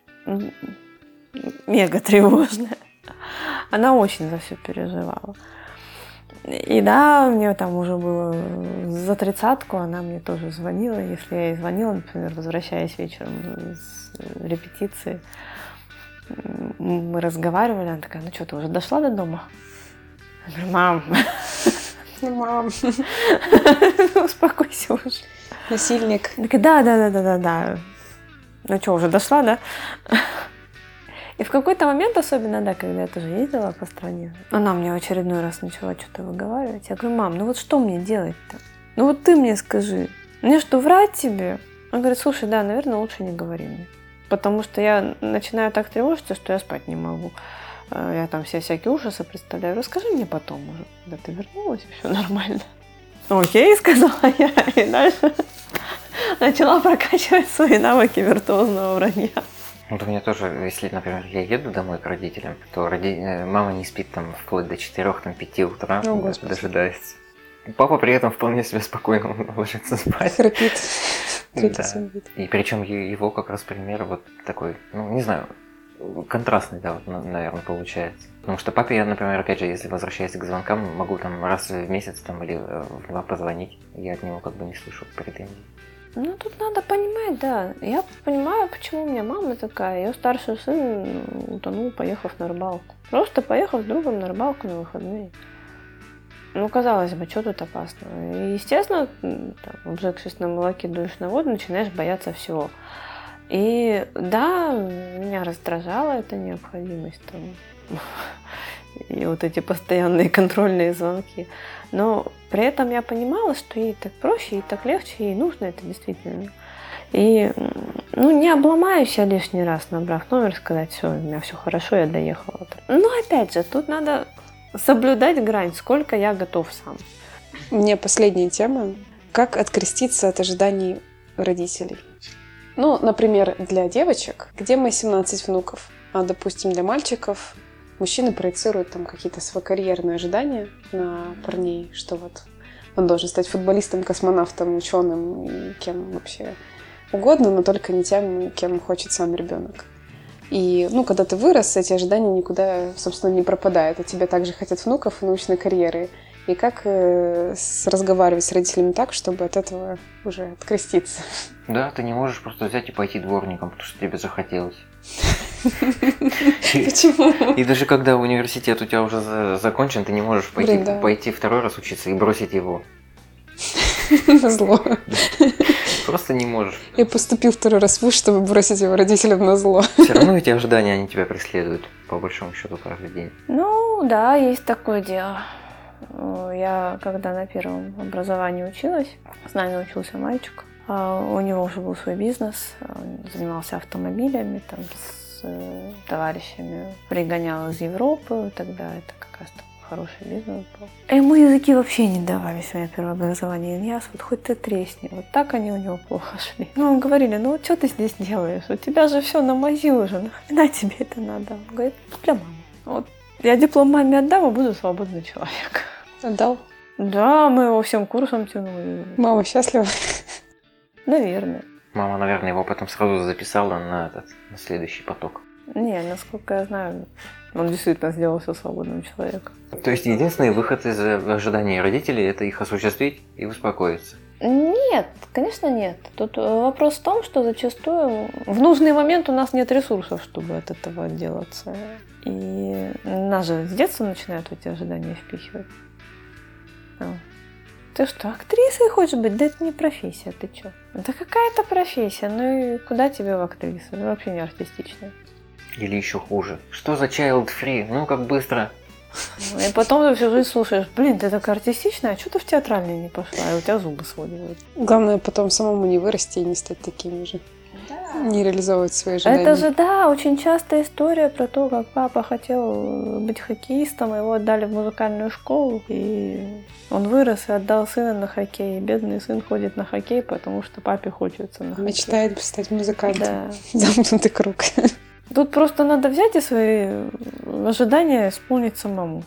мега тревожная. Она очень за все переживала. И да, мне там уже было за 30-ку, она мне тоже звонила. Если я ей звонила, например, возвращаясь вечером с репетиции, мы разговаривали, она такая: ну что, ты уже дошла до дома? Я говорю: мам, успокойся уже. Насильник. Такая: да. Ну что, уже дошла, да? И в какой-то момент, особенно, да, когда я тоже ездила по стране, она мне в очередной раз начала что-то выговаривать. Я говорю: мам, ну вот что мне делать-то? Ну вот ты мне скажи. Мне что, врать тебе? Она говорит: слушай, да, наверное, лучше не говори мне. Потому что я начинаю так тревожиться, что я спать не могу. Я там все всякие ужасы представляю. Расскажи мне потом уже, когда ты вернулась, и все нормально. Окей, сказала я, и дальше начала прокачивать свои навыки виртуозного вранья. Вот у меня тоже, если, например, я еду домой к родителям, то мама не спит там вплоть до 4-5 утра, дожидается. Папа при этом вполне себе спокойно ложится спать. Храпит. Да. И причем его как раз пример вот такой, ну не знаю, контрастный, да, вот, наверное, получается. Потому что папе я, например, опять же, если возвращаясь к звонкам, могу там раз в месяц там или в 2 позвонить, я от него как бы не слышу претензий. Ну, тут надо понимать, да. Я понимаю, почему у меня мама такая. Ее старший сын утонул, поехав на рыбалку. Просто поехал с другом на рыбалку на выходные. Ну, казалось бы, что тут опасного? И, естественно, обжегшись на молоке, дуешь на воду, начинаешь бояться всего. И да, меня раздражала эта необходимость там, и вот эти постоянные контрольные звонки. Но при этом я понимала, что ей так проще, ей так легче, ей нужно это действительно. И не обломаюсь я лишний раз, набрав номер, сказать: все, у меня все хорошо, я доехала. Но опять же, тут надо соблюдать грань, сколько я готов сам. У меня последняя тема. Как откреститься от ожиданий родителей? Ну, например, для девочек, где мы 17 внуков, а, допустим, для мальчиков мужчины проецируют там какие-то свои карьерные ожидания на парней, что вот он должен стать футболистом, космонавтом, ученым и кем вообще угодно, но только не тем, кем хочет сам ребенок. И, когда ты вырос, эти ожидания никуда, собственно, не пропадают. А тебе также хотят внуков и научной карьеры. И как разговаривать с родителями так, чтобы от этого уже откреститься? Да, ты не можешь просто взять и пойти дворником, потому что тебе захотелось. Почему? И даже когда университет у тебя уже закончен, ты не можешь пойти второй раз учиться и бросить его. Назло. Просто не можешь. Я поступил второй раз в вуз, чтобы бросить его родителям назло. Все равно эти ожидания, они тебя преследуют, по большому счету, каждый день. Ну, да, есть такое дело. Я, когда на первом образовании училась, с нами учился мальчик. У него уже был свой бизнес, он занимался автомобилями, там с товарищами пригонял из Европы, тогда это как раз хороший бизнес был. Ему языки вообще не давались, у меня первое образование ИНЯС, вот хоть ты тресни, вот так они у него плохо шли. Ну, он говорили: ну вот что ты здесь делаешь, у тебя же все на мази уже, нахрена тебе это надо? Он говорит: для мамы. Вот я диплом маме отдам и буду свободный человек. Отдал? Да, мы его всем курсом тянули. Мама счастлива? Наверное. Мама, наверное, его потом сразу записала на следующий поток. Не, насколько я знаю, он действительно сделался свободным человеком. То есть единственный выход из ожиданий родителей – это их осуществить и успокоиться? Нет, конечно нет. Тут вопрос в том, что зачастую в нужный момент у нас нет ресурсов, чтобы от этого отделаться. И нас же с детства начинают эти ожидания впихивать. Ты что, актрисой хочешь быть? Да это не профессия, ты чё? Да какая-то профессия, ну и куда тебе в актрисы? Вообще не артистичная. Или еще хуже. Что за child free? Ну как быстро. И потом ты всю жизнь слушаешь: блин, ты такая артистичная, а что ты в театральный не пошла? И у тебя зубы сводят. Главное потом самому не вырасти и не стать такими же. Да. Не реализовывать свои ожидания. Это же, да, очень частая история про то, как папа хотел быть хоккеистом, его отдали в музыкальную школу, и он вырос и отдал сына на хоккей. И бедный сын ходит на хоккей, потому что папе хочется на хоккей. Мечтает стать музыкантом. Да. Замкнутый круг. Тут просто надо взять и свои ожидания исполнить самому.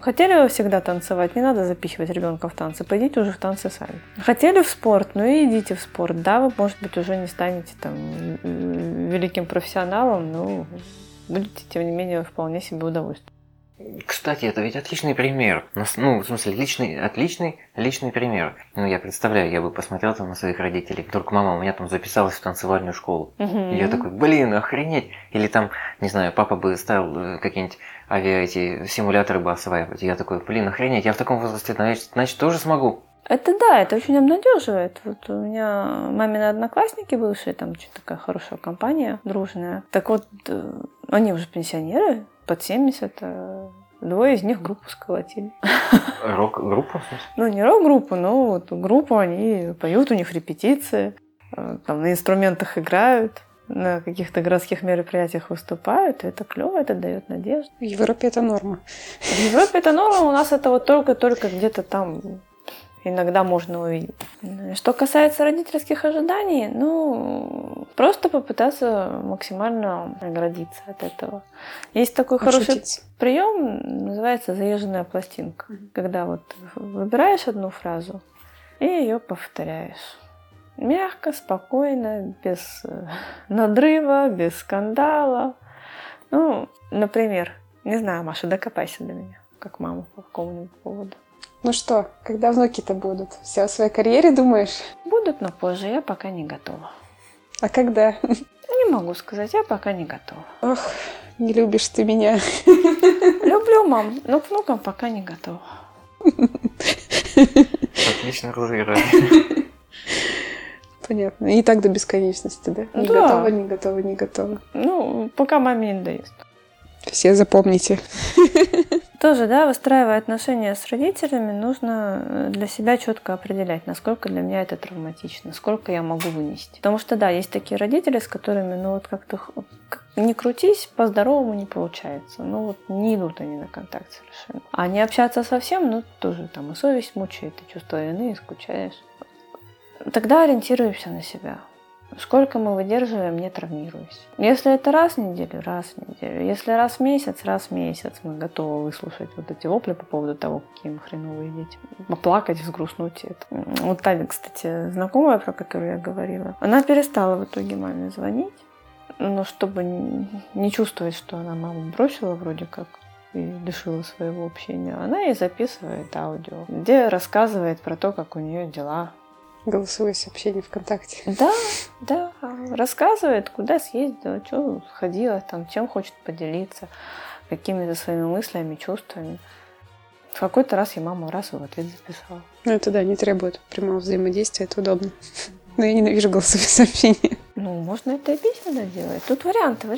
Хотели вы всегда танцевать, не надо запихивать ребенка в танцы, пойдите уже в танцы сами. Хотели в спорт, ну и идите в спорт. Да, вы, может быть, уже не станете там великим профессионалом, но будете, тем не менее, вполне себе удовольствовать. Кстати, это ведь отличный пример. Ну, в смысле, отличный пример. Ну, я представляю, я бы посмотрел там на своих родителей. Вдруг мама у меня там записалась в танцевальную школу. И я такой, блин, охренеть. Или там, не знаю, папа бы ставил какие-нибудь эти симуляторы бы осваивать. И я такой, блин, охренеть, я в таком возрасте, значит, тоже смогу. Это да, это очень обнадеживает. Вот у меня мамины одноклассники бывшие, там очень такая хорошая компания, дружная. Так вот, они уже пенсионеры, под 70, двое из них группу сколотили. Рок-группу, в смысле? Ну, не рок-группу, но вот группу, они поют, у них репетиции, там на инструментах играют, на каких-то городских мероприятиях выступают, и это клево, это дает надежду. В Европе это норма. В Европе это норма, у нас это вот только где-то там иногда можно увидеть. Что касается родительских ожиданий, ну, просто попытаться максимально оградиться от этого. Есть такой хороший прием, называется заезженная пластинка. Когда вот выбираешь одну фразу и ее повторяешь. Мягко, спокойно, без надрыва, без скандала. Ну, например, не знаю, Маша, докопайся до меня, как мама по какому-нибудь поводу. Ну что, когда внуки-то будут? Все о своей карьере думаешь? Будут, но позже, я пока не готова. А когда? Не могу сказать, я пока не готова. Ох, не любишь ты меня. Люблю, мам, но к внукам пока не готова. Отлично разыграли. Понятно. И так до бесконечности, да? Не готова, не готова, не готова. Ну, пока маме не надоест. Все запомните. Тоже, да, выстраивая отношения с родителями, нужно для себя четко определять, насколько для меня это травматично, сколько я могу вынести. Потому что, да, есть такие родители, с которыми, ну вот как-то не крутись, по-здоровому не получается. Ну вот не идут они на контакт совершенно. А не общаться совсем, ну тоже там и совесть мучает, и чувство вины, и скучаешь. Тогда ориентируемся на себя. Сколько мы выдерживаем, не травмируясь. Если это раз в неделю, раз в неделю. Если раз в месяц, мы готовы выслушать вот эти вопли по поводу того, какие мы хреновые дети. Поплакать, взгрустнуть. Это. Вот Таня, кстати, знакомая, про которую я говорила, она перестала в итоге маме звонить, но чтобы не чувствовать, что она маму бросила вроде как и лишила своего общения, она ей записывает аудио, где рассказывает про то, как у нее дела. Голосовое сообщение ВКонтакте. Да, рассказывает, куда съездила, что сходила, там, чем хочет поделиться, какими-то своими мыслями, чувствами. В какой-то раз я маму в ответ записала. Ну это да, не требует прямого взаимодействия, это удобно. Но я ненавижу голосовые сообщения. Ну, можно это и письменно делать. Тут варианты.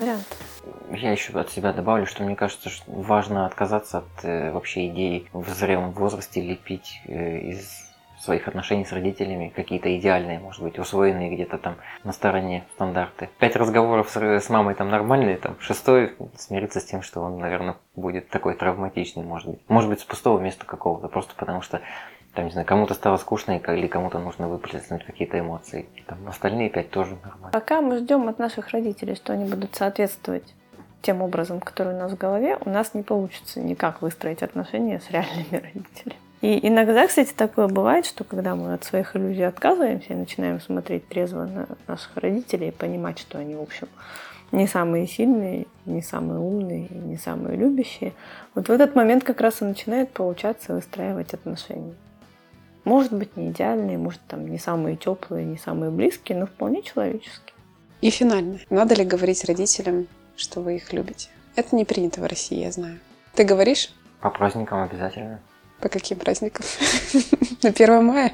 Я еще от себя добавлю, что мне кажется, что важно отказаться от вообще идеи в зрелом возрасте лепить из своих отношений с родителями какие-то идеальные, может быть, усвоенные где-то там на стороне стандарты. 5 разговоров с мамой там нормальные, там 6-й смириться с тем, что он, наверное, будет такой травматичный, может быть. Может быть, с пустого места какого-то, просто потому что, там, не знаю, кому-то стало скучно или кому-то нужно выплеснуть какие-то эмоции. Там остальные 5 тоже нормально. Пока мы ждем от наших родителей, что они будут соответствовать тем образом, который у нас в голове, у нас не получится никак выстроить отношения с реальными родителями. И иногда, кстати, такое бывает, что когда мы от своих иллюзий отказываемся и начинаем смотреть трезво на наших родителей и понимать, что они, в общем, не самые сильные, не самые умные, не самые любящие, вот в этот момент как раз и начинает получаться выстраивать отношения. Может быть, не идеальные, может, там не самые теплые, не самые близкие, но вполне человеческие. И финально. Надо ли говорить родителям, что вы их любите? Это не принято в России, я знаю. Ты говоришь? По праздникам обязательно. По каким праздникам? На 1 мая?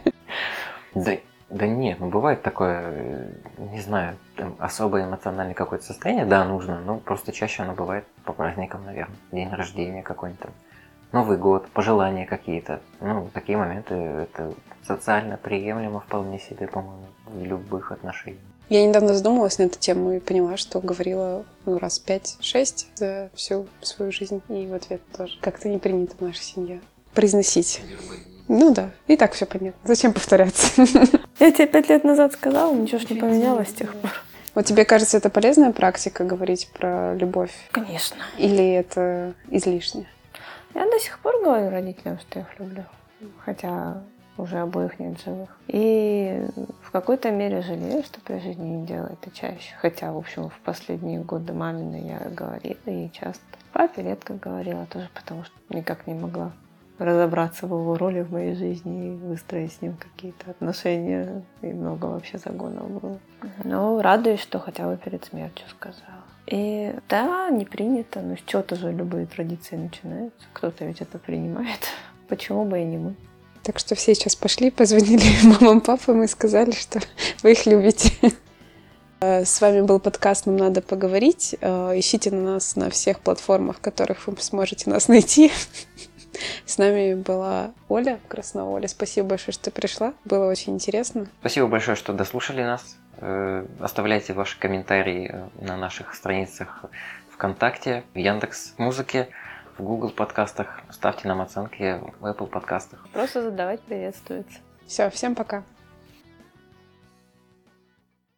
Да нет, ну бывает такое, не знаю, там особое эмоциональное какое-то состояние, да, нужно, но просто чаще оно бывает по праздникам, наверное. День рождения какой-нибудь там, Новый год, пожелания какие-то. Ну, такие моменты, это социально приемлемо вполне себе, по-моему, в любых отношениях. Я недавно задумалась на эту тему и поняла, что говорила раз 5-6 за всю свою жизнь. И в ответ тоже. Как-то не принято в нашей семье произносить. Ну да, и так все понятно. Зачем повторяться? Я тебе 5 лет назад сказала, ничего ж не поменялось с тех пор. Вот тебе кажется, это полезная практика говорить про любовь? Конечно. Или это излишне? Я до сих пор говорю родителям, что я их люблю. Хотя уже обоих нет живых. И в какой-то мере жалею, что при жизни не делаю это чаще. Хотя, в общем, в последние годы мамины я говорила ей часто. Папе редко говорила тоже, потому что никак не могла разобраться в его роли в моей жизни и выстроить с ним какие-то отношения. И много вообще загонов было. Но радуюсь, что хотя бы перед смертью сказала. И да, не принято, но с чего-то же любые традиции начинаются. Кто-то ведь это принимает. Почему бы и не мы? Так что все сейчас пошли, позвонили мамам, папам и сказали, что вы их любите. С вами был подкаст «Нам надо поговорить». Ищите нас на всех платформах, в которых вы сможете нас найти. С нами была Оля Краснооля. Спасибо большое, что ты пришла. Было очень интересно. Спасибо большое, что дослушали нас. Оставляйте ваши комментарии на наших страницах ВКонтакте, в Яндекс.Музыке, в Google подкастах. Ставьте нам оценки в Apple подкастах. Просто задавать приветствуется. Все, всем пока.